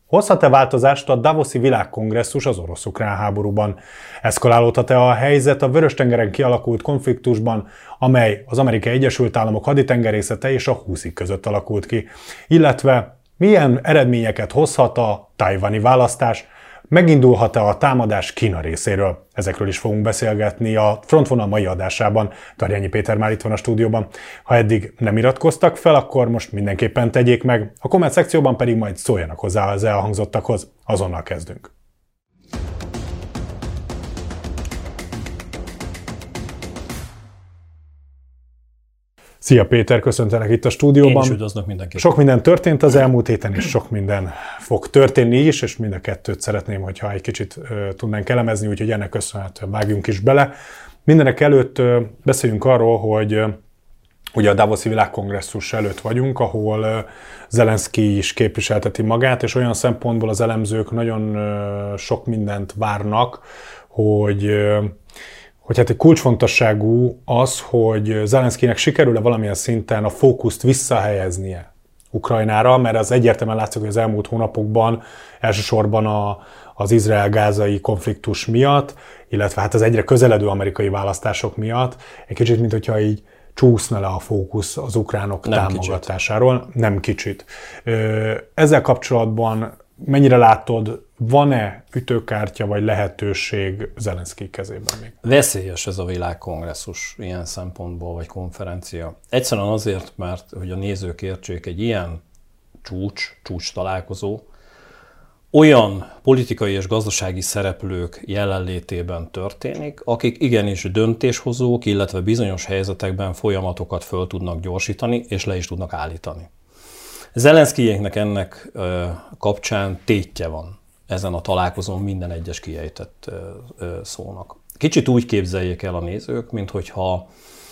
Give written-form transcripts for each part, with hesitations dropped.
Hozhat-e változást a Davoszi világkongresszus az orosz-ukrán háborúban? Eszkalálódhat-e a helyzet a Vörös-tengeren kialakult konfliktusban, amely az Amerikai Egyesült Államok haditengerészete és a Huszik között alakult ki? Illetve milyen eredményeket hozhat a tajvani választás? Megindulhat-e a támadás Kína részéről? Ezekről is fogunk beszélgetni a Frontvonal mai adásában. Tarjányi Péter már itt van a stúdióban. Ha eddig nem iratkoztak fel, akkor most mindenképpen tegyék meg. A komment szekcióban pedig majd szóljanak hozzá az elhangzottakhoz. Azonnal kezdünk. Szia Péter, köszöntelek itt a stúdióban. Én is üdvözlök mindenkit. Sok minden történt az elmúlt héten, és sok minden fog történni is, és mind a kettőt szeretném, hogyha egy kicsit tudnánk elemezni, úgyhogy ennek köszönhetően vágjunk is bele. Mindenek előtt beszéljünk arról, hogy ugye a Davoszi világkongresszus előtt vagyunk, ahol Zelenszkij is képviselteti magát, és olyan szempontból az elemzők nagyon sok mindent várnak, hogy hát egy kulcsfontosságú az, hogy Zelenszkijnek sikerül-e valamilyen szinten a fókuszt visszahelyeznie Ukrajnára, mert az egyértelműen látszik, hogy az elmúlt hónapokban elsősorban az izrael-gázai konfliktus miatt, illetve hát az egyre közeledő amerikai választások miatt egy kicsit, mintha így csúszna le a fókusz az ukránok támogatásáról. Kicsit. Nem kicsit. Ezzel kapcsolatban mennyire látod, van-e ütőkártya vagy lehetőség Zelenszkij kezében még? Veszélyes ez a világkongresszus ilyen szempontból, vagy konferencia. Egyszerűen azért, mert hogy a nézők értsék, egy ilyen csúcs találkozó olyan politikai és gazdasági szereplők jelenlétében történik, akik igenis döntéshozók, illetve bizonyos helyzetekben folyamatokat föl tudnak gyorsítani, és le is tudnak állítani. Zelenszkijéknek ennek kapcsán tétje van ezen a találkozón minden egyes kiejtett szónak. Kicsit úgy képzeljék el a nézők, minthogyha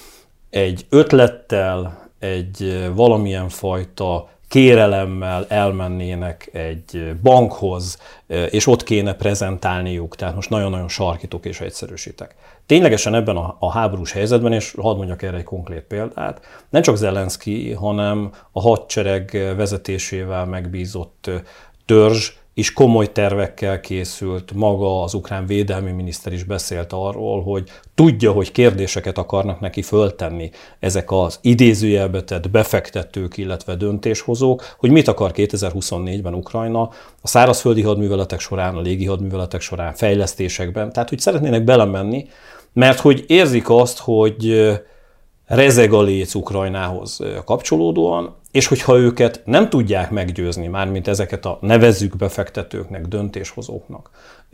egy ötlettel, egy valamilyen fajta kérelemmel elmennének egy bankhoz, és ott kéne prezentálniuk, tehát most nagyon-nagyon sarkítok és egyszerűsítek. Ténylegesen ebben a háborús helyzetben, és hadd mondjak erre egy konkrét példát, nem csak Zelenszkij, hanem a hadsereg vezetésével megbízott törzs is komoly tervekkel készült, maga az ukrán védelmi miniszter is beszélt arról, hogy tudja, hogy kérdéseket akarnak neki föltenni ezek az idézőjelbe tett befektetők, illetve döntéshozók, hogy mit akar 2024-ben Ukrajna a szárazföldi hadműveletek során, a légi hadműveletek során, fejlesztésekben, tehát hogy szeretnének belemenni, mert hogy érzik azt, hogy rezeg a léc Ukrajnához kapcsolódóan, és hogyha őket nem tudják meggyőzni, mármint ezeket a nevezzük befektetőknek, döntéshozóknak,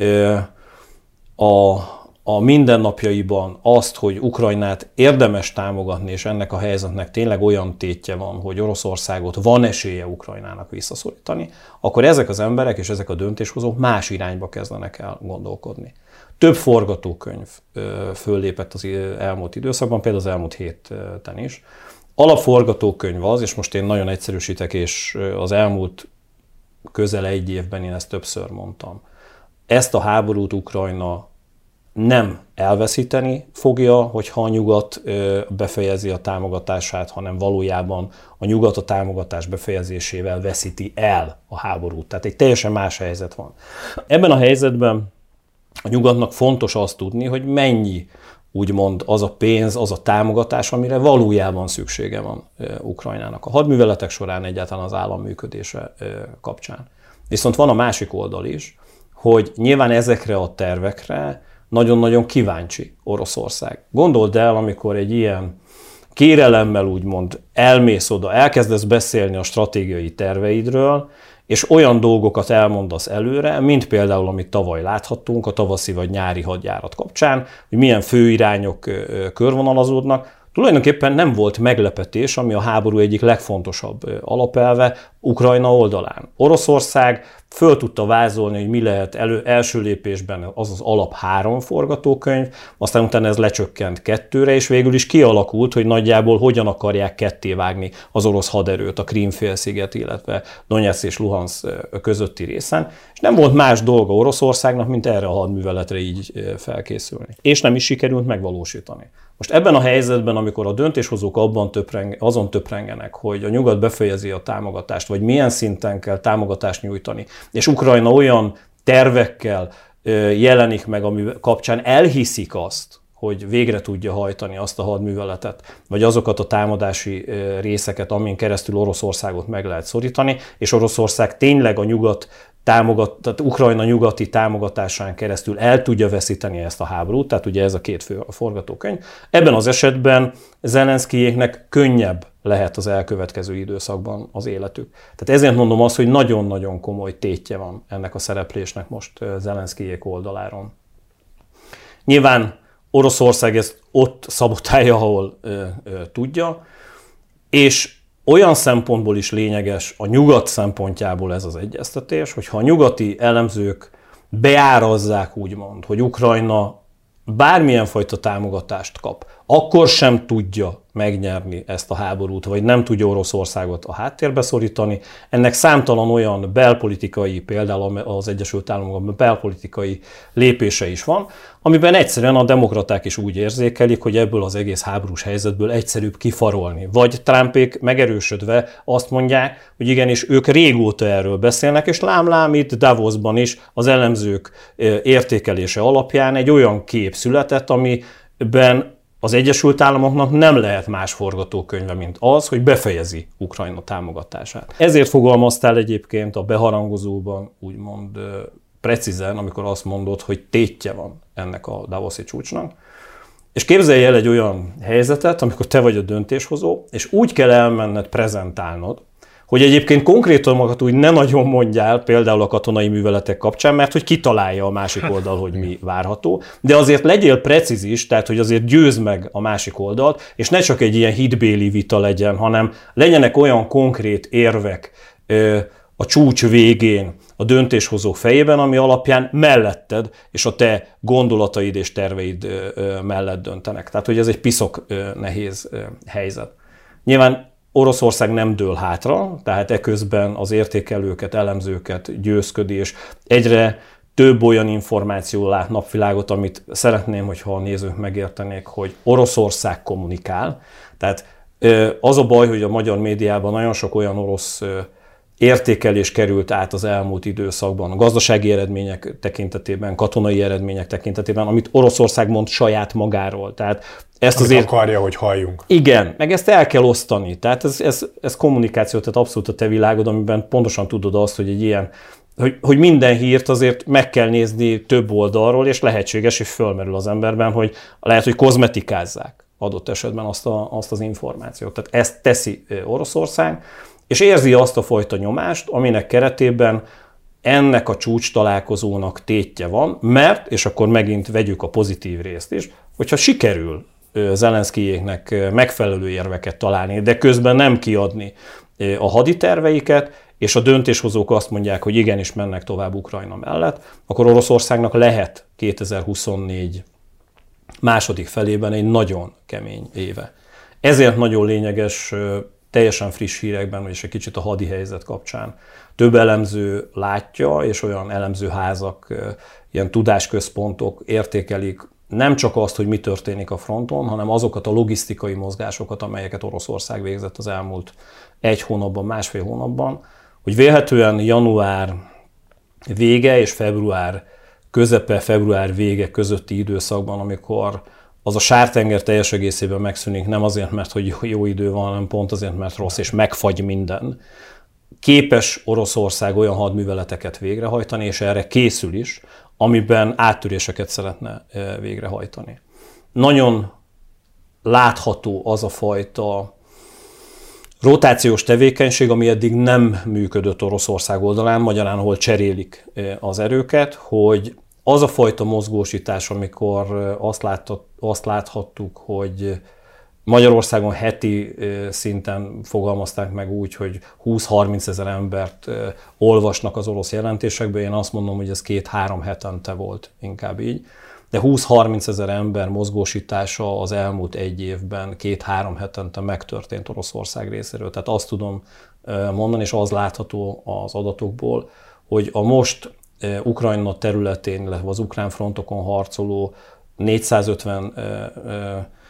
a mindennapjaiban azt, hogy Ukrajnát érdemes támogatni, és ennek a helyzetnek tényleg olyan tétje van, hogy Oroszországot van esélye Ukrajnának visszaszorítani, akkor ezek az emberek és ezek a döntéshozók más irányba kezdenek el gondolkodni. Több forgatókönyv föllépett az elmúlt időszakban, például az elmúlt héten is. Alapforgatókönyv az, és most én nagyon egyszerűsítek, és az elmúlt közel egy évben én ezt többször mondtam. Ezt a háborút Ukrajna nem elveszíteni fogja, hogyha a nyugat befejezi a támogatását, hanem valójában a nyugat a támogatás befejezésével veszíti el a háborút. Tehát egy teljesen más helyzet van. Ebben a helyzetben a nyugatnak fontos azt tudni, hogy mennyi úgymond az a pénz, az a támogatás, amire valójában szüksége van Ukrajnának a hadműveletek során, egyáltalán az állam működése kapcsán. Viszont van a másik oldal is, hogy nyilván ezekre a tervekre nagyon-nagyon kíváncsi Oroszország. Gondold el, amikor egy ilyen kérelemmel úgymond elmész oda, elkezdesz beszélni a stratégiai terveidről, és olyan dolgokat elmondasz előre, mint például, amit tavaly láthattunk a tavaszi vagy nyári hadjárat kapcsán, hogy milyen főirányok körvonalazódnak. Tulajdonképpen nem volt meglepetés, ami a háború egyik legfontosabb alapelve Ukrajna oldalán. Oroszország föl tudta vázolni, hogy mi lehet első lépésben az alap 3 forgatókönyv, aztán utána ez lecsökkent 2-re, és végül is kialakult, hogy nagyjából hogyan akarják kettévágni az orosz haderőt a Krím-félsziget, illetve Donetsz és Luhansz közötti részen, és nem volt más dolga Oroszországnak, mint erre a hadműveletre így felkészülni. És nem is sikerült megvalósítani. Most ebben a helyzetben, amikor a döntéshozók azon töprengenek, hogy a nyugat befejezi a támogatást, vagy milyen szinten kell támogatást nyújtani, és Ukrajna olyan tervekkel jelenik meg, ami kapcsán elhiszik azt, hogy végre tudja hajtani azt a hadműveletet, vagy azokat a támadási részeket, amin keresztül Oroszországot meg lehet szorítani, és Oroszország tényleg a tehát Ukrajna nyugati támogatásán keresztül el tudja veszíteni ezt a háborút, tehát ugye ez a két fő forgatókönyv. Ebben az esetben Zelenszkijéknek könnyebb lehet az elkövetkező időszakban az életük. Tehát ezért mondom azt, hogy nagyon-nagyon komoly tétje van ennek a szereplésnek most Zelenszkijék oldaláron. Nyilván Oroszország ezt ott szabotálja, ahol tudja, és olyan szempontból is lényeges a nyugat szempontjából ez az egyeztetés, hogyha a nyugati elemzők beárazzák úgymond, hogy Ukrajna bármilyen fajta támogatást kap, akkor sem tudja megnyerni ezt a háborút, vagy nem tudja Oroszországot a háttérbe szorítani. Ennek számtalan olyan belpolitikai, például az Egyesült Államokban belpolitikai lépése is van, amiben egyszerűen a demokraták is úgy érzékelik, hogy ebből az egész háborús helyzetből egyszerűbb kifarolni. Vagy Trumpék megerősödve azt mondják, hogy igenis ők régóta erről beszélnek, és lám itt Davosban is az elemzők értékelése alapján egy olyan kép született, amiben az Egyesült Államoknak nem lehet más forgatókönyve, mint az, hogy befejezi Ukrajna támogatását. Ezért fogalmaztál egyébként a beharangozóban úgymond precízen, amikor azt mondod, hogy tétje van ennek a Davoszi csúcsnak. És képzelj el egy olyan helyzetet, amikor te vagy a döntéshozó, és úgy kell elmenned, prezentálnod, hogy egyébként konkrétumokat úgy ne nagyon mondjál, például a katonai műveletek kapcsán, mert hogy kitalálja a másik oldal, hogy mi várható, de azért legyél precíz is, tehát hogy azért győzd meg a másik oldalt, és ne csak egy ilyen hitbéli vita legyen, hanem legyenek olyan konkrét érvek a csúcs végén a döntéshozók fejében, ami alapján melletted és a te gondolataid és terveid mellett döntenek. Tehát, hogy ez egy piszok nehéz helyzet. Nyilván Oroszország nem dől hátra, tehát eközben az értékelőket, elemzőket győzködi, és egyre több olyan információ lát napvilágot, amit szeretném, hogyha a nézők megértenék, hogy Oroszország kommunikál. Tehát az a baj, hogy a magyar médiában nagyon sok olyan orosz értékelés került át az elmúlt időszakban, a gazdasági eredmények tekintetében, katonai eredmények tekintetében, amit Oroszország mond saját magáról. Tehát ezt azért akarja, hogy halljunk. Igen, meg ezt el kell osztani. Tehát ez kommunikáció, tehát abszolút a te világod, amiben pontosan tudod azt, hogy egy ilyen, hogy minden hírt azért meg kell nézni több oldalról, és lehetséges, és fölmerül az emberben, hogy lehet, hogy kozmetikázzák adott esetben azt az információt. Tehát ezt teszi Oroszország, és érzi azt a fajta nyomást, aminek keretében ennek a csúcs találkozónak tétje van, mert, és akkor megint vegyük a pozitív részt is, hogyha sikerül Zelenszkijéknek megfelelő érveket találni, de közben nem kiadni a haditerveiket, és a döntéshozók azt mondják, hogy igenis mennek tovább Ukrajna mellett, akkor Oroszországnak lehet 2024 második felében egy nagyon kemény éve. Ezért nagyon lényeges teljesen friss hírekben, és egy kicsit a hadi helyzet kapcsán több elemző látja, és olyan elemzőházak, ilyen tudásközpontok értékelik nem csak azt, hogy mi történik a fronton, hanem azokat a logisztikai mozgásokat, amelyeket Oroszország végzett az elmúlt egy hónapban, másfél hónapban, hogy vélhetően január vége és február közepe, február vége közötti időszakban, amikor az a Sártenger teljes egészében megszűnik, nem azért, mert hogy jó idő van, hanem pont azért, mert rossz, és megfagy minden. Képes Oroszország olyan hadműveleteket végrehajtani, és erre készül is, amiben áttöréseket szeretne végrehajtani. Nagyon látható az a fajta rotációs tevékenység, ami eddig nem működött Oroszország oldalán, magyarán ahol cserélik az erőket, hogy az a fajta mozgósítás, amikor azt láthattuk, hogy Magyarországon heti szinten fogalmazták meg úgy, hogy 20-30 ezer embert olvasnak az orosz jelentésekbe, én azt mondom, hogy ez 2-3 hetente volt, inkább így. De 20-30 ezer ember mozgósítása az elmúlt egy évben 2-3 hetente megtörtént Oroszország részéről. Tehát azt tudom mondani, és az látható az adatokból, hogy a most Ukrajna területén, illetve az ukrán frontokon harcoló 450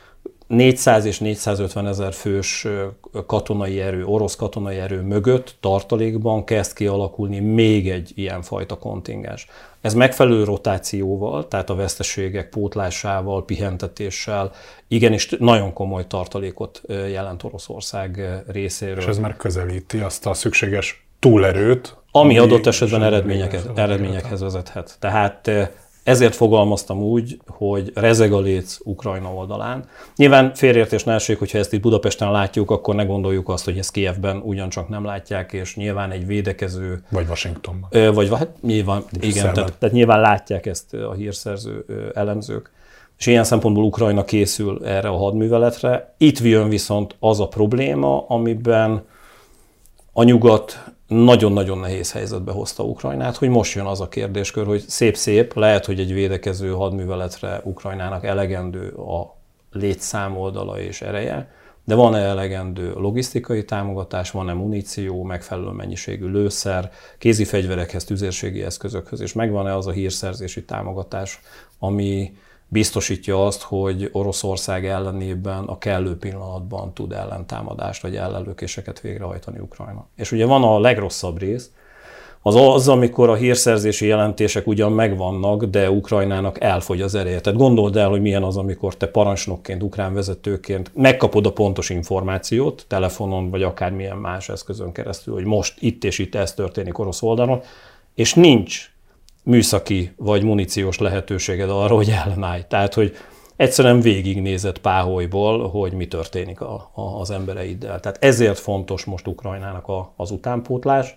400 és 450 ezer fős katonai erő, orosz katonai erő mögött tartalékban kezd kialakulni még egy ilyenfajta kontingens. Ez megfelelő rotációval, tehát a veszteségek pótlásával, pihentetéssel, igenis nagyon komoly tartalékot jelent Oroszország részéről. És ez már közelíti azt a szükséges túlerőt, ami adott esetben eredményekhez vezethet. Tehát ezért fogalmaztam úgy, hogy rezeg a léc Ukrajna oldalán. Nyilván félreértés ne essék, hogyha ezt itt Budapesten látjuk, akkor ne gondoljuk azt, hogy ezt Kijevben ugyancsak nem látják, és nyilván egy védekező... Vagy Washingtonban. Hát nyilván, igen, tehát nyilván látják ezt a hírszerző elemzők. És ilyen szempontból Ukrajna készül erre a hadműveletre. Itt jön viszont az a probléma, amiben a nyugat nagyon-nagyon nehéz helyzetbe hozta Ukrajnát, hogy most jön az a kérdéskör, hogy szép-szép, lehet, hogy egy védekező hadműveletre Ukrajnának elegendő a létszám oldala és ereje, de van-e elegendő logisztikai támogatás, van-e muníció, megfelelő mennyiségű lőszer, kézi fegyverekhez, tüzérségi eszközökhöz, és megvan-e az a hírszerzési támogatás, ami biztosítja azt, hogy Oroszország ellenében a kellő pillanatban tud ellentámadást vagy ellenlökéseket végrehajtani Ukrajna. És ugye van a legrosszabb rész, az, amikor a hírszerzési jelentések ugyan megvannak, de Ukrajnának elfogy az ereje. Tehát gondold el, hogy milyen az, amikor te parancsnokként, ukrán vezetőként megkapod a pontos információt, telefonon vagy akármilyen más eszközön keresztül, hogy most itt és itt ez történik orosz oldalon, és nincs műszaki vagy muníciós lehetőséged arra, hogy ellenállj. Tehát, hogy egyszerűen végignézed páholyból, hogy mi történik az embereiddel. Tehát ezért fontos most Ukrajnának az utánpótlás,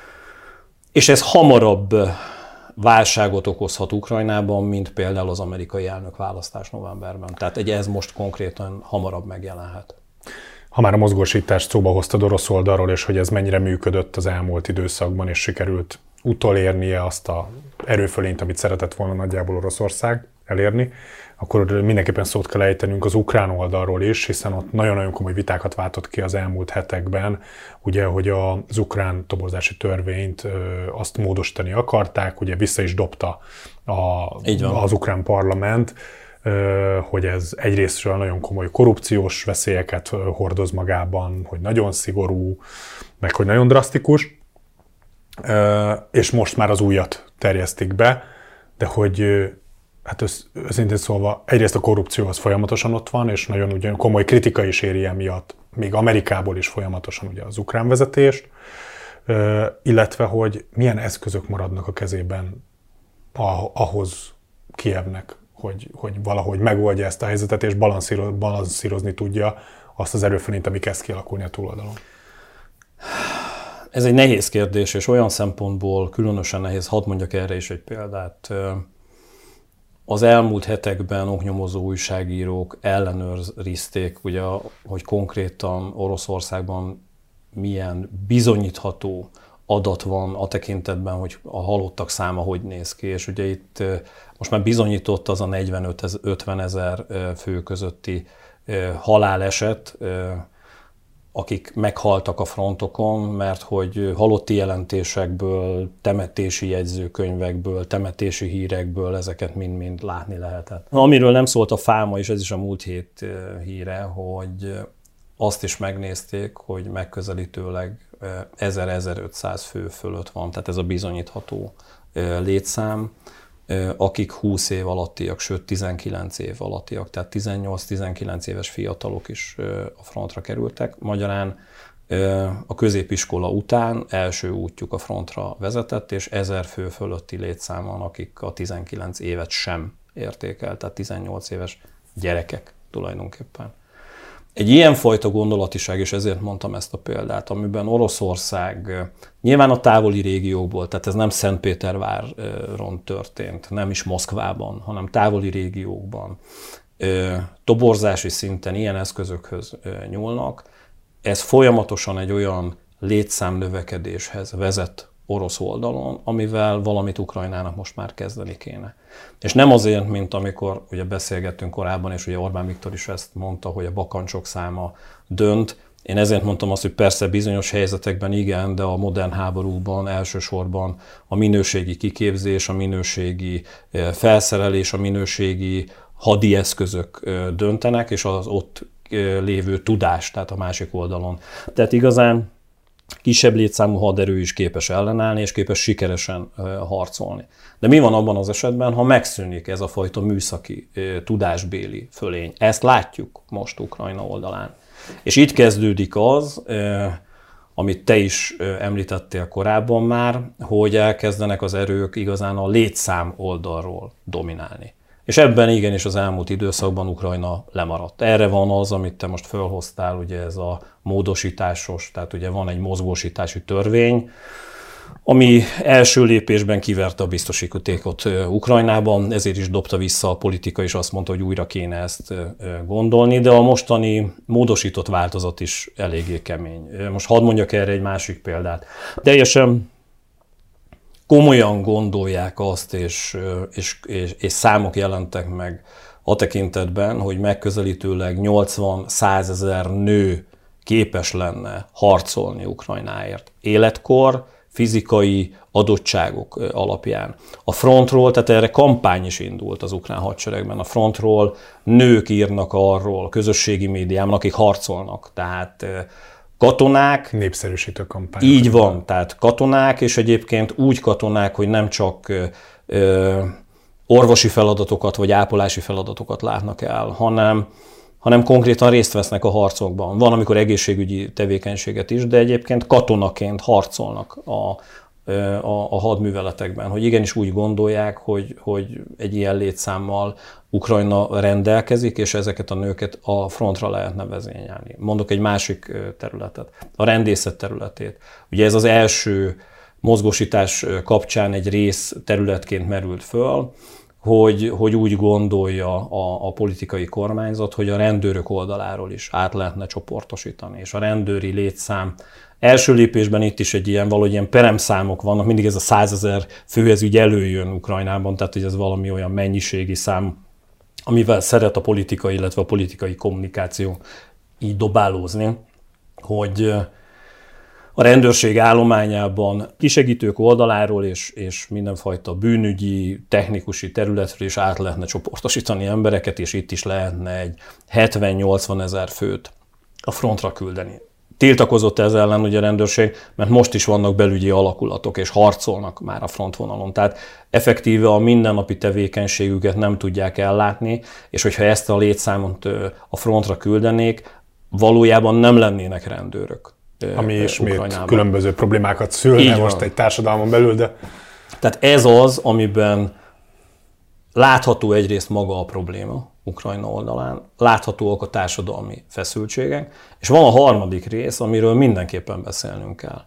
és ez hamarabb válságot okozhat Ukrajnában, mint például az amerikai elnökválasztás novemberben. Tehát ez most konkrétan hamarabb megjelenhet. Ha már a mozgósítást szóba hoztad orosz oldalról, és hogy ez mennyire működött az elmúlt időszakban, és sikerült utolérnie azt a erőfölényt, amit szeretett volna nagyjából Oroszország elérni, akkor mindenképpen szót kell ejtenünk az ukrán oldalról is, hiszen ott nagyon-nagyon komoly vitákat váltott ki az elmúlt hetekben, ugye, hogy az ukrán toborzási törvényt azt módosítani akarták, ugye vissza is dobta az ukrán parlament, hogy ez egyrésztről nagyon komoly korrupciós veszélyeket hordoz magában, hogy nagyon szigorú, meg hogy nagyon drasztikus, és most már az újat terjesztik be, de hogy hát őszintén szólva egyrészt a korrupció az folyamatosan ott van, és nagyon ugye komoly kritika is éri emiatt, még Amerikából is folyamatosan ugye az ukrán vezetést, illetve hogy milyen eszközök maradnak a kezében ahhoz Kijevnek, hogy valahogy megoldja ezt a helyzetet, és balanszírozni tudja azt az erőfölényt, ami kezd kialakulni a túloldalon. Ez egy nehéz kérdés, és olyan szempontból különösen nehéz, hadd mondjak erre is egy példát. Az elmúlt hetekben oknyomozó újságírók ellenőrizték, ugye, hogy konkrétan Oroszországban milyen bizonyítható adat van a tekintetben, hogy a halottak száma hogy néz ki, és ugye itt most már bizonyított az a 45-50 ezer fő közötti haláleset, akik meghaltak a frontokon, mert hogy halotti jelentésekből, temetési jegyzőkönyvekből, temetési hírekből ezeket mind-mind látni lehetett. Amiről nem szólt a fáma, és ez is a múlt hét híre, hogy azt is megnézték, hogy megközelítőleg 1000-1500 fő fölött van, tehát ez a bizonyítható létszám, akik 20 év alattiak, sőt 19 év alattiak, tehát 18-19 éves fiatalok is a frontra kerültek. Magyarán a középiskola után első útjuk a frontra vezetett, és 1000 fő fölötti létszám van, akik a 19 évet sem érték el, tehát 18 éves gyerekek tulajdonképpen. Egy ilyenfajta gondolatiság, és ezért mondtam ezt a példát, amiben Oroszország nyilván a távoli régiókból, tehát ez nem Szentpéterváron történt, nem is Moszkvában, hanem távoli régiókban toborzási szinten ilyen eszközökhöz nyúlnak, ez folyamatosan egy olyan létszámnövekedéshez vezet orosz oldalon, amivel valamit Ukrajnának most már kezdeni kéne. És nem azért, mint amikor ugye beszélgettünk korábban, és ugye Orbán Viktor is ezt mondta, hogy a bakancsok száma dönt. Én ezért mondtam azt, hogy persze bizonyos helyzetekben igen, de a modern háborúban elsősorban a minőségi kiképzés, a minőségi felszerelés, a minőségi hadi eszközök döntenek, és az ott lévő tudás, tehát a másik oldalon. Tehát igazán kisebb létszámú haderő is képes ellenállni, és képes sikeresen harcolni. De mi van abban az esetben, ha megszűnik ez a fajta műszaki, tudásbéli fölény? Ezt látjuk most Ukrajna oldalán. És itt kezdődik az, amit te is említettél korábban már, hogy elkezdenek az erők igazán a létszám oldalról dominálni. És ebben igenis az elmúlt időszakban Ukrajna lemaradt. Erre van az, amit te most fölhoztál, ugye ez a módosításos, tehát ugye van egy mozgósítási törvény, ami első lépésben kiverte a biztosítékot Ukrajnában, ezért is dobta vissza a politika, és azt mondta, hogy újra kéne ezt gondolni, de a mostani módosított változat is eléggé kemény. Most hadd mondjak erre egy másik példát. Teljesen komolyan gondolják azt, és számok jelentek meg a tekintetben, hogy megközelítőleg 80-100 ezer nő képes lenne harcolni Ukrajnáért. Életkor, fizikai adottságok alapján. A frontról, tehát erre kampány is indult az ukrán hadseregben, a frontról nők írnak arról, közösségi médiában, akik harcolnak. Tehát katonák. Népszerűsítő kampány. Így van, tehát katonák, és egyébként úgy katonák, hogy nem csak orvosi feladatokat vagy ápolási feladatokat látnak el, hanem konkrétan részt vesznek a harcokban. Van, amikor egészségügyi tevékenységet is, de egyébként katonaként harcolnak a hadműveletekben, hogy igenis úgy gondolják, hogy egy ilyen létszámmal Ukrajna rendelkezik, és ezeket a nőket a frontra lehetne vezényelni. Mondok egy másik területet, a rendészet területét. Ugye ez az első mozgósítás kapcsán egy rész területként merült föl, hogy úgy gondolja a politikai kormányzat, hogy a rendőrök oldaláról is át lehetne csoportosítani, és a rendőri létszám első lépésben itt is valahogy ilyen peremszámok vannak, mindig ez a 100 000 fő, ez úgy előjön Ukrajnában, tehát hogy ez valami olyan mennyiségi szám, amivel szeret a politika, illetve a politikai kommunikáció így dobálózni, hogy a rendőrség állományában kisegítők oldaláról és mindenfajta bűnügyi, technikusi területről is át lehetne csoportosítani embereket, és itt is lehetne egy 70-80 ezer főt a frontra küldeni. Tiltakozott ez ellen ugye a rendőrség, mert most is vannak belügyi alakulatok, és harcolnak már a frontvonalon. Tehát effektíve a mindennapi tevékenységüket nem tudják ellátni, és hogyha ezt a létszámot a frontra küldenék, valójában nem lennének rendőrök. Ami ismét különböző problémákat szülne most egy társadalmon belül, de... Tehát ez az, amiben látható egyrészt maga a probléma Ukrajna oldalán, láthatóak a társadalmi feszültségek, és van a harmadik rész, amiről mindenképpen beszélnünk kell.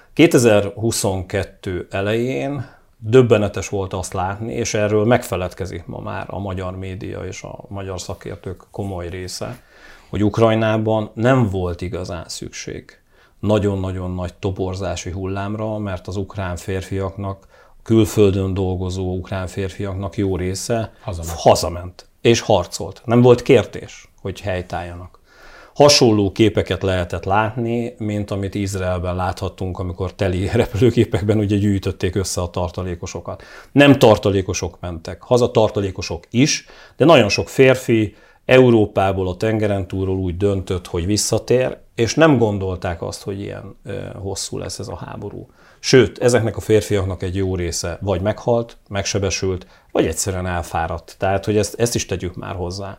2022 elején döbbenetes volt azt látni, és erről megfeledkezik ma már a magyar média és a magyar szakértők komoly része, hogy Ukrajnában nem volt igazán szükség nagyon-nagyon nagy toborzási hullámra, mert az ukrán férfiaknak, külföldön dolgozó ukrán férfiaknak jó része hazament és harcolt. Nem volt kérdés, hogy helytálljanak. Hasonló képeket lehetett látni, mint amit Izraelben láthattunk, amikor teli repülőgépekben ugye gyűjtötték össze a tartalékosokat. Nem tartalékosok mentek, hazatartalékosok is, de nagyon sok férfi Európából, a tengeren túlról úgy döntött, hogy visszatér, és nem gondolták azt, hogy ilyen hosszú lesz ez a háború. Sőt, ezeknek a férfiaknak egy jó része vagy meghalt, megsebesült, vagy egyszerűen elfáradt. Tehát, hogy ezt is tegyük már hozzá.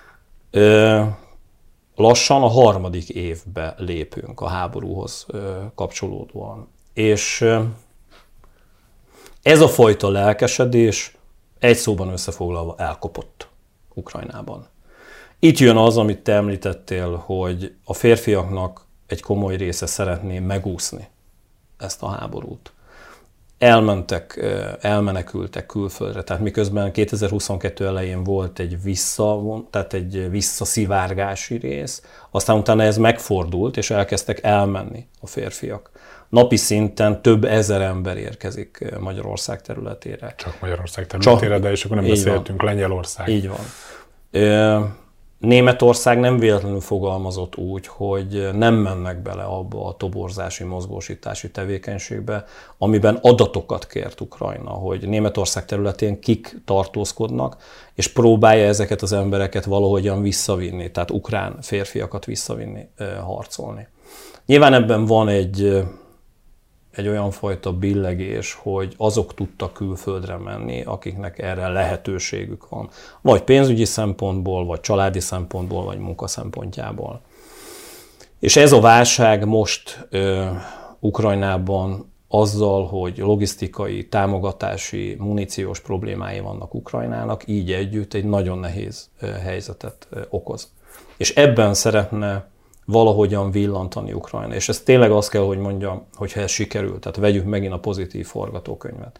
Lassan a harmadik évbe lépünk a háborúhoz kapcsolódóan. És ez a fajta lelkesedés egy szóban összefoglalva elkopott Ukrajnában. Itt jön az, amit te említettél, hogy a férfiaknak egy komoly része szeretné megúszni ezt a háborút. Elmenekültek külföldre, tehát miközben 2022 elején volt egy visszaszivárgási rész, aztán utána ez megfordult, és elkezdtek elmenni a férfiak. Napi szinten több ezer ember érkezik Magyarország területére. Csak Magyarország területére, de és akkor nem beszéltünk Lengyelország. Így van. Németország nem véletlenül fogalmazott úgy, hogy nem mennek bele abba a toborzási, mozgósítási tevékenységbe, amiben adatokat kért Ukrajna, hogy Németország területén kik tartózkodnak, és próbálja ezeket az embereket valahogyan visszavinni, tehát ukrán férfiakat visszavinni, harcolni. Nyilván ebben van egy olyan fajta billegés, hogy azok tudtak külföldre menni, akiknek erre lehetőségük van. Vagy pénzügyi szempontból, vagy családi szempontból, vagy munka szempontjából. És ez a válság most Ukrajnában azzal, hogy logisztikai, támogatási, muníciós problémái vannak Ukrajnának, így együtt egy nagyon nehéz helyzetet okoz. És ebben szeretne valahogyan villantani Ukrajna. És ez tényleg azt kell, hogy mondjam, hogyha ez sikerül, tehát vegyük megint a pozitív forgatókönyvet.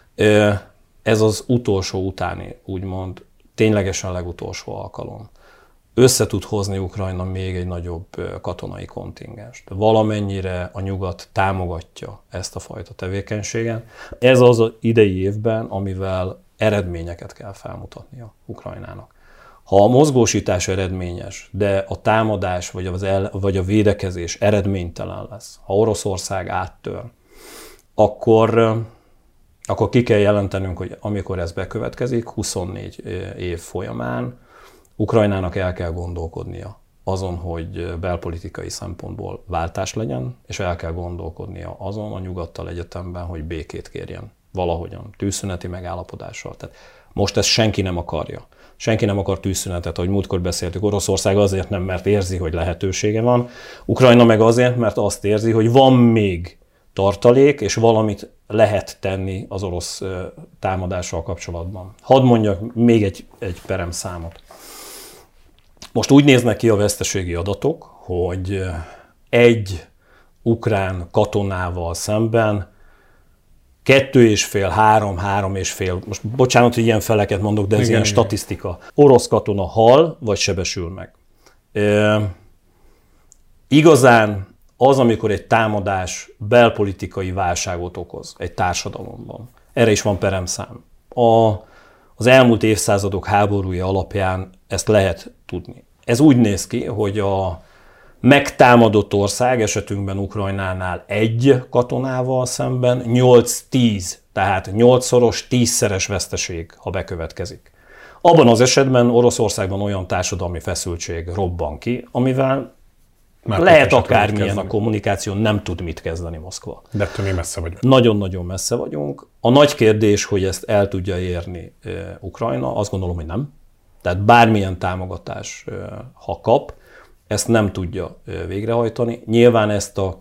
Ez az utolsó utáni, úgymond, ténylegesen legutolsó alkalom. Össze tud hozni Ukrajna még egy nagyobb katonai kontingenst. Valamennyire a nyugat támogatja ezt a fajta tevékenységet. Ez az idei évben, amivel eredményeket kell felmutatnia Ukrajnának. Ha a mozgósítás eredményes, de a támadás vagy a védekezés eredménytelen lesz, ha Oroszország áttör, akkor ki kell jelentenünk, hogy amikor ez bekövetkezik, 24 év folyamán Ukrajnának el kell gondolkodnia azon, hogy belpolitikai szempontból váltás legyen, és el kell gondolkodnia azon a nyugattal egyetemben, hogy békét kérjen valahogyan, tűzszüneti megállapodással. Tehát most ezt senki nem akarja. Senki nem akar tűzszünetet, ahogy múltkor beszéltük. Oroszország azért nem, mert érzi, hogy lehetősége van. Ukrajna meg azért, mert azt érzi, hogy van még tartalék, és valamit lehet tenni az orosz támadással kapcsolatban. Hadd mondjak még egy peremszámot. Most úgy néznek ki a veszteségi adatok, hogy egy ukrán katonával szemben 2,5, 3,5, most bocsánat, hogy ilyen feleket mondok, de ez ilyen statisztika. Orosz katona hal, vagy sebesül meg. Igazán az, amikor egy támadás belpolitikai válságot okoz egy társadalomban. Erre is van peremszám. Az elmúlt évszázadok háborúja alapján ezt lehet tudni. Ez úgy néz ki, hogy a megtámadott ország, esetünkben Ukrajnánál egy katonával szemben 8-10, tehát 8-szoros, 10-szeres veszteség, ha bekövetkezik. Abban az esetben Oroszországban olyan társadalmi feszültség robban ki, amivel már lehet akármilyen a kommunikáció, nem tud mit kezdeni Moszkva. De ettől mi messze vagyunk. Nagyon-nagyon messze vagyunk. A nagy kérdés, hogy ezt el tudja érni Ukrajna, azt gondolom, hogy nem. Tehát bármilyen támogatás, ha kap, ezt nem tudja végrehajtani. Nyilván ezt a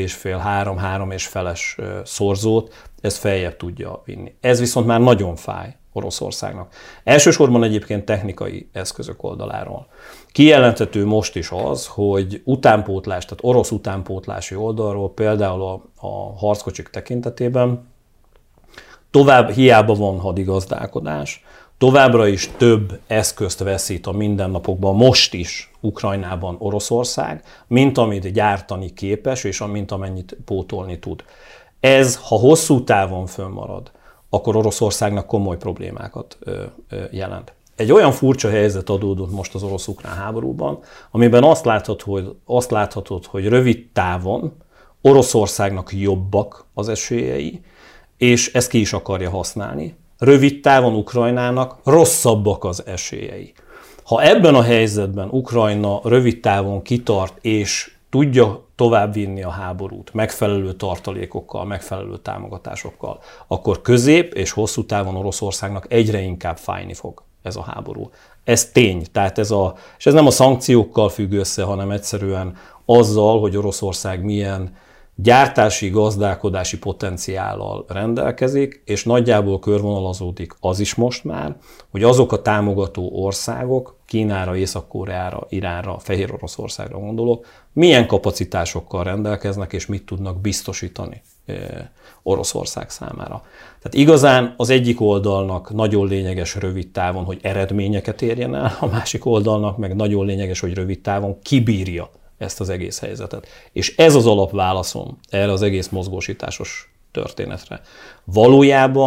2,5-3,5-es szorzót, ezt feljebb tudja vinni. Ez viszont már nagyon fáj Oroszországnak. Elsősorban egyébként technikai eszközök oldaláról. Kijelenthető most is az, hogy utánpótlás, tehát orosz utánpótlási oldalról például a harckocsik tekintetében tovább hiába van hadigazdálkodás, továbbra is több eszközt veszít a mindennapokban, most is Ukrajnában Oroszország, mint amit gyártani képes, és mint amennyit pótolni tud. Ez, ha hosszú távon fönnmarad, akkor Oroszországnak komoly problémákat jelent. Egy olyan furcsa helyzet adódott most az orosz-ukrán háborúban, amiben azt láthatod, hogy rövid távon Oroszországnak jobbak az esélyei, és ezt ki is akarja használni. Rövid távon Ukrajnának rosszabbak az esélyei. Ha ebben a helyzetben Ukrajna rövid távon kitart és tudja továbbvinni a háborút megfelelő tartalékokkal, megfelelő támogatásokkal, akkor közép és hosszú távon Oroszországnak egyre inkább fájni fog ez a háború. Ez tény, tehát és ez nem a szankciókkal függ össze, hanem egyszerűen azzal, hogy Oroszország milyen gyártási, gazdálkodási potenciállal rendelkezik, és nagyjából körvonalazódik az is most már, hogy azok a támogató országok, Kínára, Észak-Koreára, Iránra, Fehér Oroszországra gondolok, milyen kapacitásokkal rendelkeznek, és mit tudnak biztosítani Oroszország számára. Tehát igazán az egyik oldalnak nagyon lényeges rövid távon, hogy eredményeket érjen el, a másik oldalnak meg nagyon lényeges, hogy rövid távon kibírja ezt az egész helyzetet. És ez az alapválaszom erre az egész mozgósításos történetre. Valójában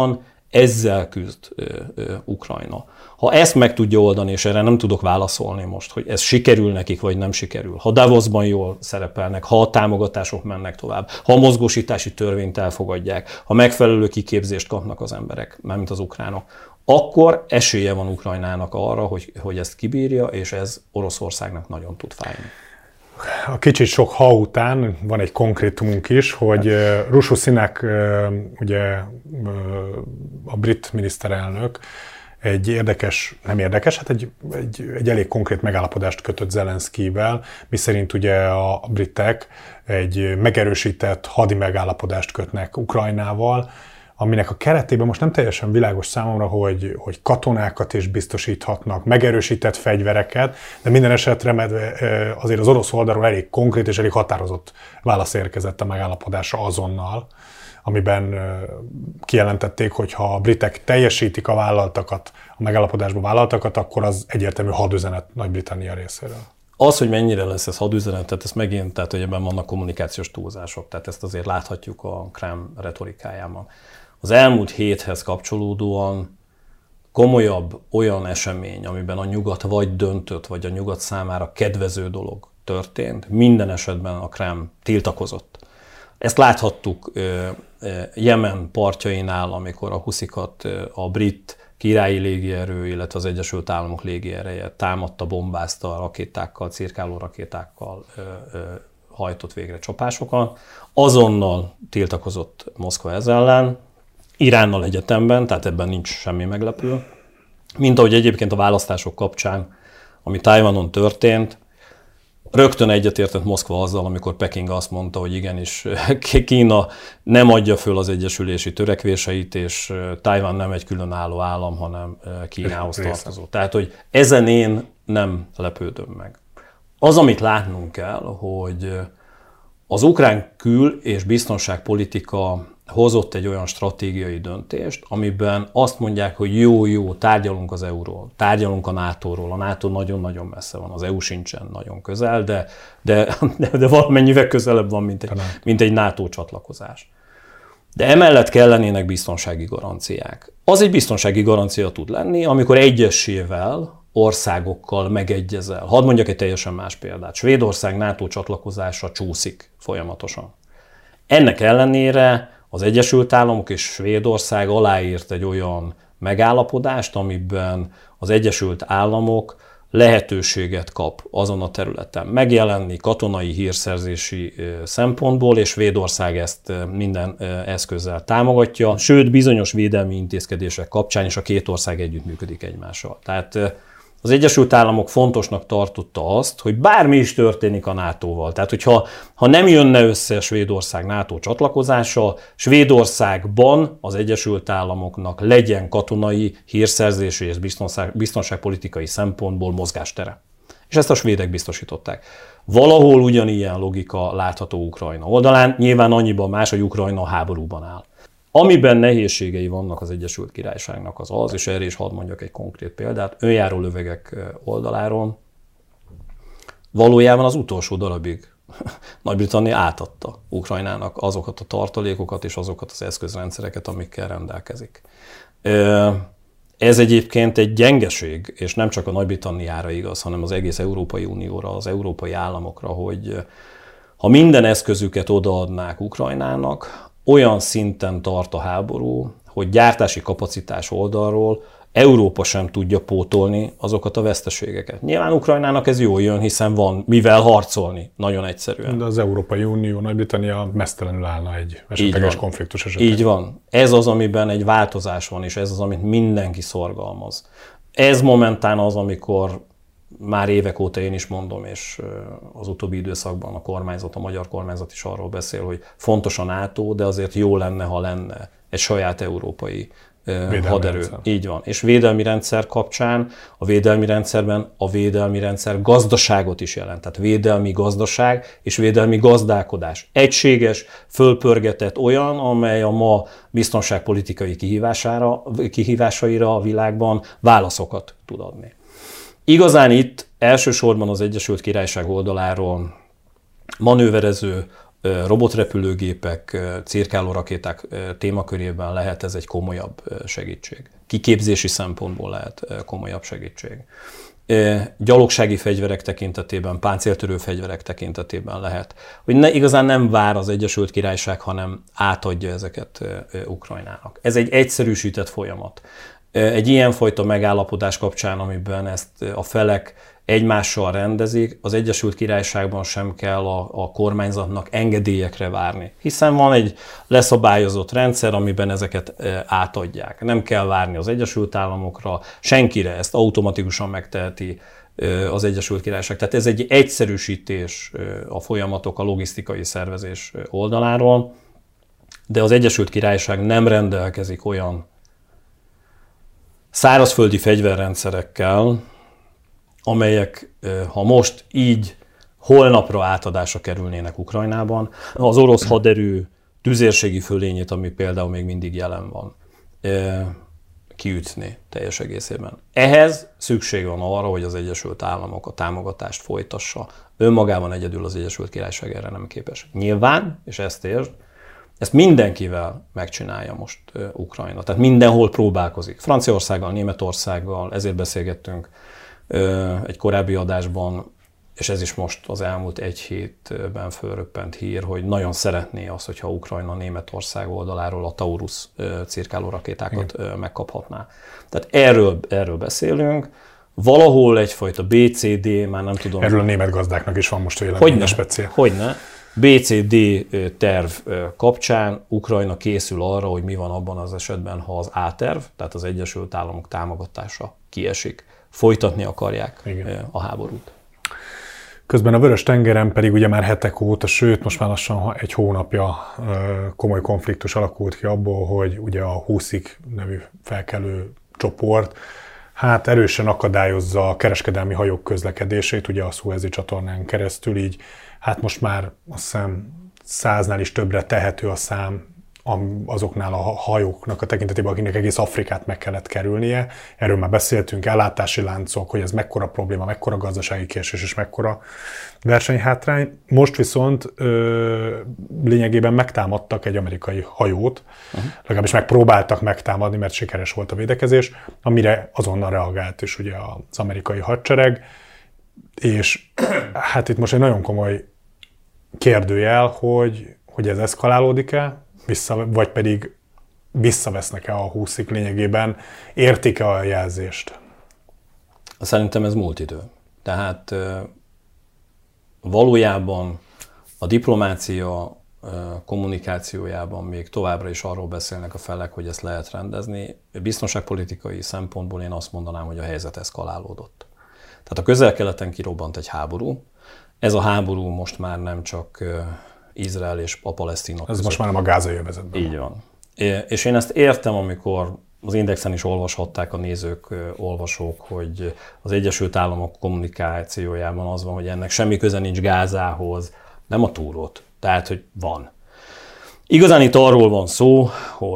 Ezzel küzd Ukrajna. Ha ezt meg tudja oldani, és erre nem tudok válaszolni most, hogy ez sikerül nekik, vagy nem sikerül, ha Davosban jól szerepelnek, ha a támogatások mennek tovább, ha a mozgósítási törvényt elfogadják, ha megfelelő kiképzést kapnak az emberek, mármint az ukránok, akkor esélye van Ukrajnának arra, hogy ezt kibírja, és ez Oroszországnak nagyon tud fájni. A kicsit sok ha után van egy konkrétumunk is, hogy Rishi Sunak, ugye a brit miniszterelnök, egy érdekes, nem érdekes, hát egy elég konkrét megállapodást kötött Zelenszkijvel, miszerint ugye a britek egy megerősített hadi megállapodást kötnek Ukrajnával, aminek a keretében most nem teljesen világos számomra, hogy katonákat is biztosíthatnak, megerősített fegyvereket, de minden esetre azért az orosz oldalról elég konkrét és elég határozott válasz érkezett a megállapodásra azonnal, amiben kijelentették, hogy ha a britek teljesítik a megállapodásban vállaltakat, akkor az egyértelmű hadüzenet Nagy-Britannia részéről. Az, hogy mennyire lesz ez hadüzenet, tehát ez megint, tehát hogy ebben vannak kommunikációs túlzások, tehát ezt azért láthatjuk a Kreml retorikájában. Az elmúlt héthez kapcsolódóan komolyabb olyan esemény, amiben a nyugat vagy döntött, vagy a nyugat számára kedvező dolog történt, minden esetben a Kreml tiltakozott. Ezt láthattuk Jemen partjainál, amikor a huszikat a brit királyi légierő, illetve az Egyesült Államok légiereje támadta, bombázta a rakétákkal, cirkáló rakétákkal hajtott végre csapásokat. Azonnal tiltakozott Moszkva ez ellen, Iránnal egyetemben, tehát ebben nincs semmi meglepő. Mint ahogy egyébként a választások kapcsán, ami Tajvanon történt, rögtön egyetértett Moszkva azzal, amikor Peking azt mondta, hogy igenis Kína nem adja föl az egyesülési törekvéseit, és Tajvan nem egy különálló állam, hanem Kínához tartozó. Tehát, hogy ezen én nem lepődöm meg. Az, amit látnunk kell, hogy az ukrán kül- és biztonságpolitika hozott egy olyan stratégiai döntést, amiben azt mondják, hogy jó, tárgyalunk az EU-ról, tárgyalunk a NATO-ról. A NATO nagyon-nagyon messze van, az EU sincsen nagyon közel, de valamennyivel közelebb van, mint egy NATO csatlakozás. De emellett kellenének biztonsági garanciák. Az egy biztonsági garancia tud lenni, amikor egyesével, országokkal megegyezel. Hadd mondjak egy teljesen más példát. Svédország NATO csatlakozása csúszik folyamatosan. Ennek ellenére az Egyesült Államok és Svédország aláírt egy olyan megállapodást, amiben az Egyesült Államok lehetőséget kap azon a területen megjelenni katonai hírszerzési szempontból, és Svédország ezt minden eszközzel támogatja, sőt bizonyos védelmi intézkedések kapcsán is a két ország együttműködik egymással. Tehát az Egyesült Államok fontosnak tartotta azt, hogy bármi is történik a NATO-val. Tehát, hogyha nem jönne össze Svédország NATO csatlakozása, Svédországban az Egyesült Államoknak legyen katonai, hírszerzési és biztonságpolitikai szempontból mozgástere. És ezt a svédek biztosították. Valahol ugyanilyen logika látható Ukrajna oldalán, nyilván annyiban más, hogy Ukrajna háborúban áll. Amiben nehézségei vannak az Egyesült Királyságnak az, és erre is hadd mondjak egy konkrét példát, önjáró lövegek oldaláról valójában az utolsó darabig Nagy-Britannia átadta Ukrajnának azokat a tartalékokat és azokat az eszközrendszereket, amikkel rendelkezik. Ez egyébként egy gyengeség, és nem csak a Nagy-Britanniára igaz, hanem az egész Európai Unióra, az európai államokra, hogy ha minden eszközüket odaadnák Ukrajnának, olyan szinten tart a háború, hogy gyártási kapacitás oldalról Európa sem tudja pótolni azokat a veszteségeket. Nyilván Ukrajnának ez jól jön, hiszen van mivel harcolni, nagyon egyszerűen. De az Európai Unió, Nagy-Britannia mesztelenül állna egy esetleges konfliktus esetén. Így van. Ez az, amiben egy változás van, és ez az, amit mindenki szorgalmaz. Ez momentán az, amikor már évek óta én is mondom, és az utóbbi időszakban a magyar kormányzat is arról beszél, hogy fontos a NATO, de azért jó lenne, ha lenne egy saját európai haderő. Rendszer. Így van. És védelmi rendszer kapcsán, a védelmi rendszerben a védelmi rendszer gazdaságot is jelent. Tehát védelmi gazdaság és védelmi gazdálkodás. Egységes, fölpörgetett olyan, amely a ma biztonságpolitikai kihívásaira a világban válaszokat tud adni. Igazán itt elsősorban az Egyesült Királyság oldaláról manőverező robotrepülőgépek, cirkáló rakéták témakörében lehet ez egy komolyabb segítség. Kiképzési szempontból lehet komolyabb segítség. Gyalogsági fegyverek tekintetében, páncéltörő fegyverek tekintetében lehet, hogy igazán nem vár az Egyesült Királyság, hanem átadja ezeket Ukrajnának. Ez egy egyszerűsített folyamat. Egy ilyenfajta megállapodás kapcsán, amiben ezt a felek egymással rendezik, az Egyesült Királyságban sem kell a kormányzatnak engedélyekre várni, hiszen van egy leszabályozott rendszer, amiben ezeket átadják. Nem kell várni az Egyesült Államokra, senkire, ezt automatikusan megteheti az Egyesült Királyság. Tehát ez egy egyszerűsítés a folyamatok, a logisztikai szervezés oldaláról, de az Egyesült Királyság nem rendelkezik olyan szárazföldi fegyverrendszerekkel, amelyek, ha most így holnapra átadásra kerülnének Ukrajnában, az orosz haderő tüzérségi fölényét, ami például még mindig jelen van, kiütné teljes egészében. Ehhez szükség van arra, hogy az Egyesült Államok a támogatást folytassa. Önmagában egyedül az Egyesült Királyság erre nem képes. Nyilván, és ezt értsd, ezt mindenkivel megcsinálja most Ukrajna. Tehát mindenhol próbálkozik. Franciaországgal, Németországgal, ezért beszélgettünk egy korábbi adásban, és ez is most az elmúlt egy hétben fölröppent hír, hogy nagyon szeretné azt, hogyha Ukrajna Németország oldaláról a Taurus cirkáló rakétákat megkaphatná. Tehát erről beszélünk. Valahol egyfajta BCD, már nem tudom. Erről a német gazdáknak is van most véleménye speciál. Hogyne. BCD terv kapcsán Ukrajna készül arra, hogy mi van abban az esetben, ha az A-terv, tehát az Egyesült Államok támogatása kiesik. Folytatni akarják a háborút. Közben a Vörös-tengeren pedig ugye már hetek óta, sőt most már lassan egy hónapja komoly konfliktus alakult ki abból, hogy ugye a Huszik nevű felkelő csoport hát erősen akadályozza a kereskedelmi hajók közlekedését, ugye a Szuezi csatornán keresztül, így hát most már azt hiszem 100-nál is többre tehető a szám azoknál a hajóknak a tekintetében, akiknek egész Afrikát meg kellett kerülnie. Erről már beszéltünk, ellátási láncok, hogy ez mekkora probléma, mekkora gazdasági késés és mekkora versenyhátrány. Most viszont lényegében megtámadtak egy amerikai hajót, legalábbis megpróbáltak megtámadni, mert sikeres volt a védekezés, amire azonnal reagált is ugye az amerikai hadsereg, és hát itt most egy nagyon komoly kérdőjel, hogy ez eszkalálódik-e, vagy pedig visszavesznek-e a Huszik lényegében, értik-e a jelzést? Szerintem ez múlt idő. Tehát valójában a diplomácia kommunikációjában még továbbra is arról beszélnek a felek, hogy ezt lehet rendezni. Biztonságpolitikai szempontból én azt mondanám, hogy a helyzet eszkalálódott. Tehát a Közel-Keleten kirobbant egy háború. Ez a háború most már nem csak Izrael és a palesztinok között. Most már nem a gázai övezetben. Így van. És én ezt értem, amikor az Indexen is olvashatták a nézők, olvasók, hogy az Egyesült Államok kommunikációjában az van, hogy ennek semmi köze nincs Gázához, nem a túrót. Tehát, hogy van. Igazán itt arról van szó,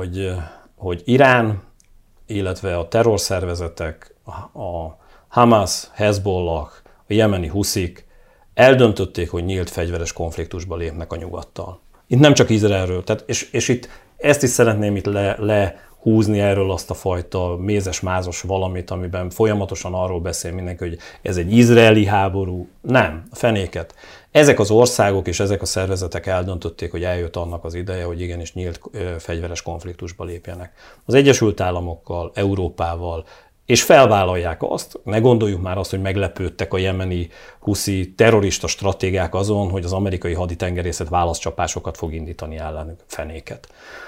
hogy Irán, illetve a terrorszervezetek, a Hamas, Hezbollah, a jemeni Huszik eldöntötték, hogy nyílt fegyveres konfliktusba lépnek a nyugattal. Itt nem csak Izraelről, tehát, és itt ezt is szeretném itt lehúzni erről azt a fajta mézes-mázos valamit, amiben folyamatosan arról beszél mindenki, hogy ez egy izraeli háború. Nem, a fenéket. Ezek az országok és ezek a szervezetek eldöntötték, hogy eljött annak az ideje, hogy igenis nyílt fegyveres konfliktusba lépjenek. Az Egyesült Államokkal, Európával, és felvállalják azt, ne gondoljuk már azt, hogy meglepődtek a jemeni huszi terrorista stratégák azon, hogy az amerikai haditengerészet válaszcsapásokat fog indítani ellenük, fenéket.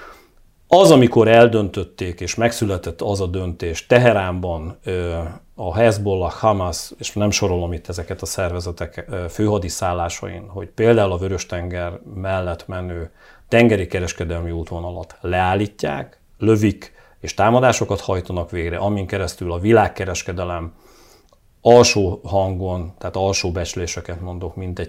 Az, amikor eldöntötték, és megszületett az a döntés Teheránban a Hezbollah, Hamas, és nem sorolom itt ezeket a szervezetek főhadiszállásain, hogy például a Vörös-tenger mellett menő tengeri kereskedelmi útvonalat leállítják, lövik, és támadásokat hajtanak végre, amin keresztül a világkereskedelem alsó hangon, tehát alsó becsléseket mondok, mintegy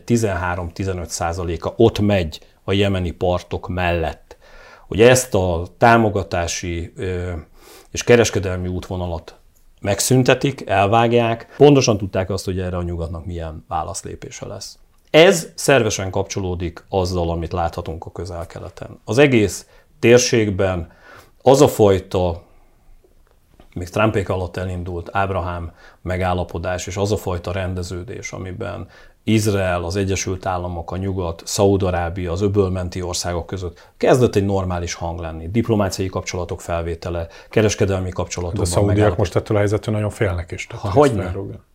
13-15%-a ott megy a jemeni partok mellett. Hogy ezt a támogatási és kereskedelmi útvonalat megszüntetik, elvágják, pontosan tudták azt, hogy erre a nyugatnak milyen válaszlépése lesz. Ez szervesen kapcsolódik azzal, amit láthatunk a Közel-Keleten. Az egész térségben az a fajta, még Trumpék alatt elindult Ábrahám megállapodás, és az a fajta rendeződés, amiben Izrael, az Egyesült Államok, a Nyugat, Szaúd-Arábia, az öbölmenti országok között kezdett egy normális hang lenni. Diplomáciai kapcsolatok felvétele, kereskedelmi kapcsolatok. De a szaudiak most ettől a helyzetől nagyon félnek is. Hogyne?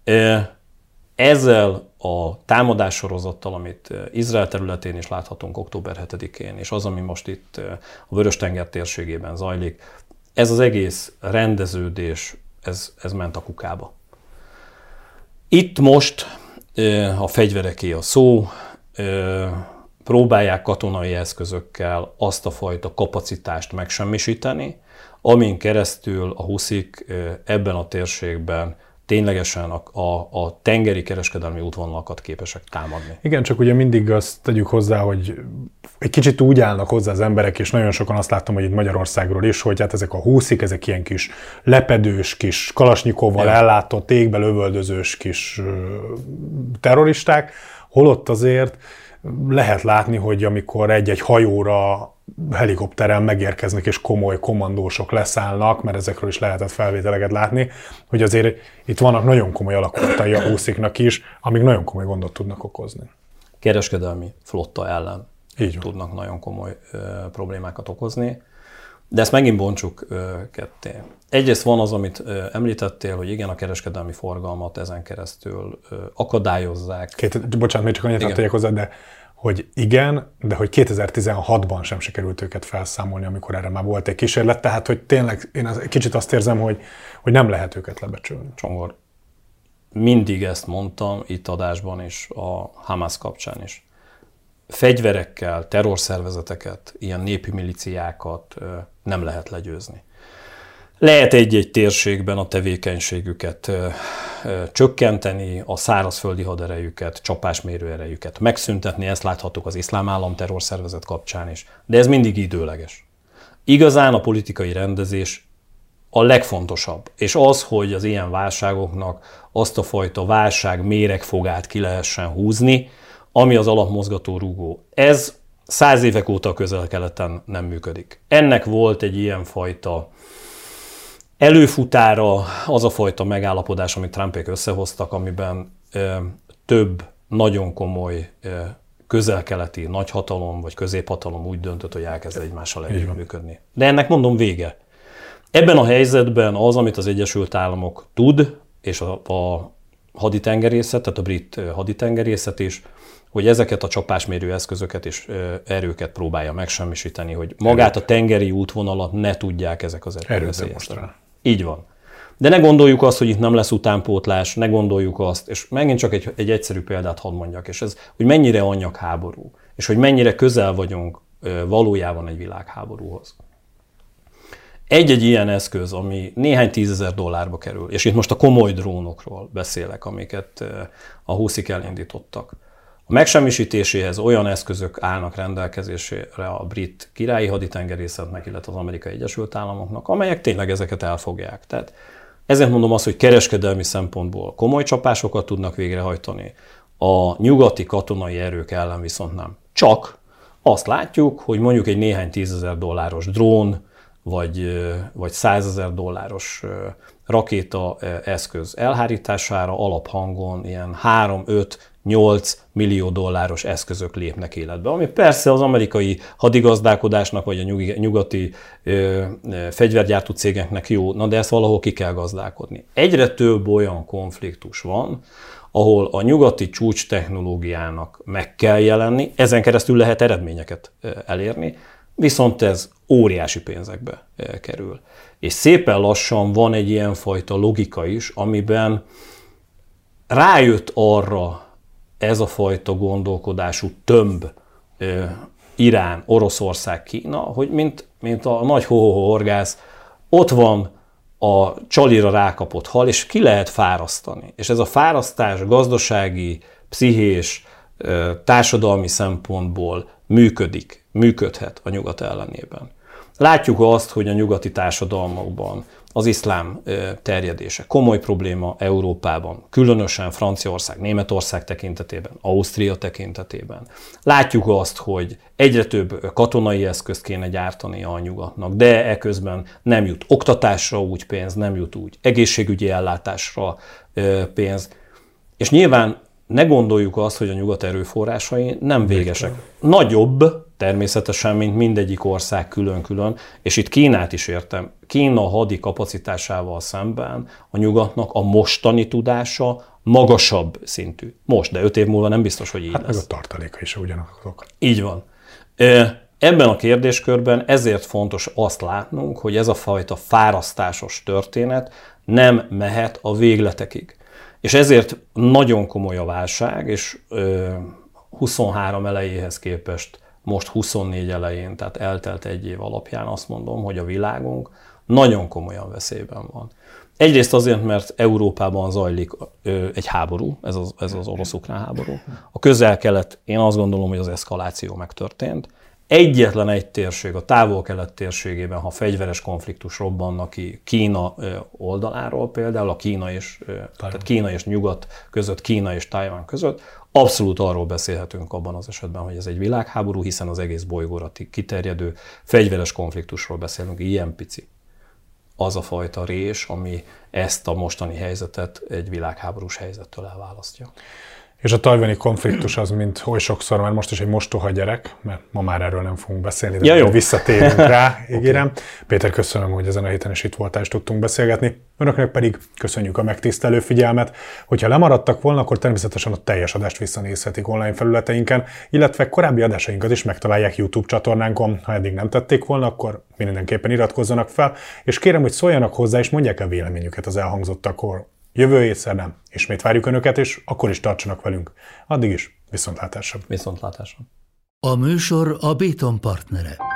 Ezzel a támadássorozattal, amit Izrael területén is láthatunk október 7-én, és az, ami most itt a Vörös-tenger térségében zajlik, ez az egész rendeződés, ez ment a kukába. Itt most a fegyvereké a szó, próbálják katonai eszközökkel azt a fajta kapacitást megsemmisíteni, amin keresztül a huszik ebben a térségben ténylegesen a tengeri kereskedelmi útvonalakat képesek támadni. Igen, csak ugye mindig azt tegyük hozzá, hogy egy kicsit úgy állnak hozzá az emberek, és nagyon sokan azt láttam, hogy itt Magyarországról is, hogy hát ezek a huszik, ezek ilyen kis lepedős, kis kalasnyikovval ellátott, égbe lövöldözős kis terroristák, holott azért lehet látni, hogy amikor egy-egy hajóra helikopterrel megérkeznek és komoly kommandósok leszállnak, mert ezekről is lehetett felvételeket látni, hogy azért itt vannak nagyon komoly alakulatai a husziknak is, amik nagyon komoly gondot tudnak okozni. Kereskedelmi flotta ellen tudnak nagyon komoly problémákat okozni, de ezt megint bontsuk ketté. Egyrészt van az, amit említettél, hogy igen, a kereskedelmi forgalmat ezen keresztül akadályozzák. Bocsánat, még csak annyit tegyek hozzá, de hogy igen, de hogy 2016-ban sem sikerült őket felszámolni, amikor erre már volt egy kísérlet, tehát hogy tényleg én kicsit azt érzem, hogy nem lehet őket lebecsülni. Csongor, mindig ezt mondtam itt adásban is, a Hamász kapcsán is. Fegyverekkel, terrorszervezeteket, ilyen népi milíciákat nem lehet legyőzni. Lehet egy-egy térségben a tevékenységüket csökkenteni, a szárazföldi haderejüket, csapásmérő erejüket megszüntetni, ezt láthattuk az Iszlám Állam terrorszervezet kapcsán is, de ez mindig időleges. Igazán a politikai rendezés a legfontosabb, és az, hogy az ilyen válságoknak azt a fajta válság méregfogát ki lehessen húzni, ami az alapmozgató rúgó. Ez 100 évek óta a Közel-Keleten nem működik. Ennek volt egy ilyen fajta előfutára az a fajta megállapodás, amit Trumpék összehoztak, amiben több nagyon komoly közel-keleti nagyhatalom vagy középhatalom úgy döntött, hogy elkezd egymással együttműködni. De ennek mondom vége. Ebben a helyzetben az, amit az Egyesült Államok tud, és a haditengerészet, tehát a brit haditengerészet is, hogy ezeket a csapásmérő eszközöket és erőket próbálja megsemmisíteni, hogy magát a tengeri útvonalat ne tudják ezek az erők veszélyeztetni. Így van. De ne gondoljuk azt, hogy itt nem lesz utánpótlás, ne gondoljuk azt, és megint csak egy egyszerű példát hadd mondjak, és ez, hogy mennyire anyagháború, és hogy mennyire közel vagyunk valójában egy világháborúhoz. Egy-egy ilyen eszköz, ami néhány $10,000 kerül, és itt most a komoly drónokról beszélek, amiket a huszik elindítottak. A megsemmisítéséhez olyan eszközök állnak rendelkezésére a brit királyi haditengerészetnek, illetve az Amerikai Egyesült Államoknak, amelyek tényleg ezeket elfogják. Tehát ezért mondom azt, hogy kereskedelmi szempontból komoly csapásokat tudnak végrehajtani, a nyugati katonai erők ellen viszont nem. Csak azt látjuk, hogy mondjuk egy néhány $10,000 drón, vagy $100,000 rakéta eszköz elhárítására alaphangon ilyen 3-5-8 millió dolláros eszközök lépnek életbe. Ami persze az amerikai hadigazdálkodásnak, vagy a nyugati fegyvergyártó cégeknek jó, na de ezt valahol ki kell gazdálkodni. Egyre több olyan konfliktus van, ahol a nyugati csúcs technológiának meg kell jelenni, ezen keresztül lehet eredményeket elérni, viszont ez óriási pénzekbe kerül. És szépen lassan van egy ilyenfajta logika is, amiben rájött arra ez a fajta gondolkodású tömb Irán, Oroszország, Kína, hogy mint a nagy horgász, ott van a csalira rákapott hal, és ki lehet fárasztani. És ez a fárasztás gazdasági, pszichés, társadalmi szempontból működhet a nyugat ellenében. Látjuk azt, hogy a nyugati társadalmakban az iszlám terjedése komoly probléma Európában, különösen Franciaország, Németország tekintetében, Ausztria tekintetében. Látjuk azt, hogy egyre több katonai eszközt kéne gyártani a nyugatnak, de eközben nem jut oktatásra úgy pénz, nem jut úgy egészségügyi ellátásra pénz. És nyilván ne gondoljuk azt, hogy a nyugat erőforrásai nem végesek. Nagyobb természetesen, mint mindegyik ország külön-külön, és itt Kínát is értem. Kína hadi kapacitásával szemben a nyugatnak a mostani tudása magasabb szintű. Most, de 5 év múlva nem biztos, hogy így lesz. Meg a tartaléka is ugyanazok. Így van. Ebben a kérdéskörben ezért fontos azt látnunk, hogy ez a fajta fárasztásos történet nem mehet a végletekig. És ezért nagyon komoly a válság, és 23 elejéhez képest most 24 elején, tehát eltelt 1 év alapján azt mondom, hogy a világunk nagyon komolyan veszélyben van. Egyrészt azért, mert Európában zajlik egy háború, ez az orosz-ukrán háború. A Közel-Kelet, én azt gondolom, hogy az eszkaláció megtörtént. Egyetlen egy térség, a Távol-Kelet térségében, ha fegyveres konfliktus robbanna ki Kína oldaláról, például a tehát Kína és nyugat között, Kína és Tajvan között, abszolút arról beszélhetünk abban az esetben, hogy ez egy világháború, hiszen az egész bolygóra kiterjedő fegyveres konfliktusról beszélünk, ilyen pici. Az a fajta rés, ami ezt a mostani helyzetet egy világháborús helyzettől elválasztja. És a tajvani konfliktus az, mint oly sokszor, már most is egy mostoha gyerek, mert ma már erről nem fogunk beszélni, de jó. Visszatérünk rá, ígérem. Okay. Péter, köszönöm, hogy ezen a héten is itt voltál, és tudtunk beszélgetni. Önöknek pedig köszönjük a megtisztelő figyelmet. Hogyha lemaradtak volna, akkor természetesen a teljes adást visszanézhetik online felületeinken, illetve korábbi adásainkat is megtalálják YouTube csatornánkon. Ha eddig nem tették volna, akkor mindenképpen iratkozzanak fel, és kérem, hogy szóljanak hozzá, és mondják el véleményüket az elhangzottakról. Jövő héten ismét várjuk Önöket, és akkor is tartsanak velünk. Addig is viszontlátásra. Viszontlátásra. A műsor a Béton partnere.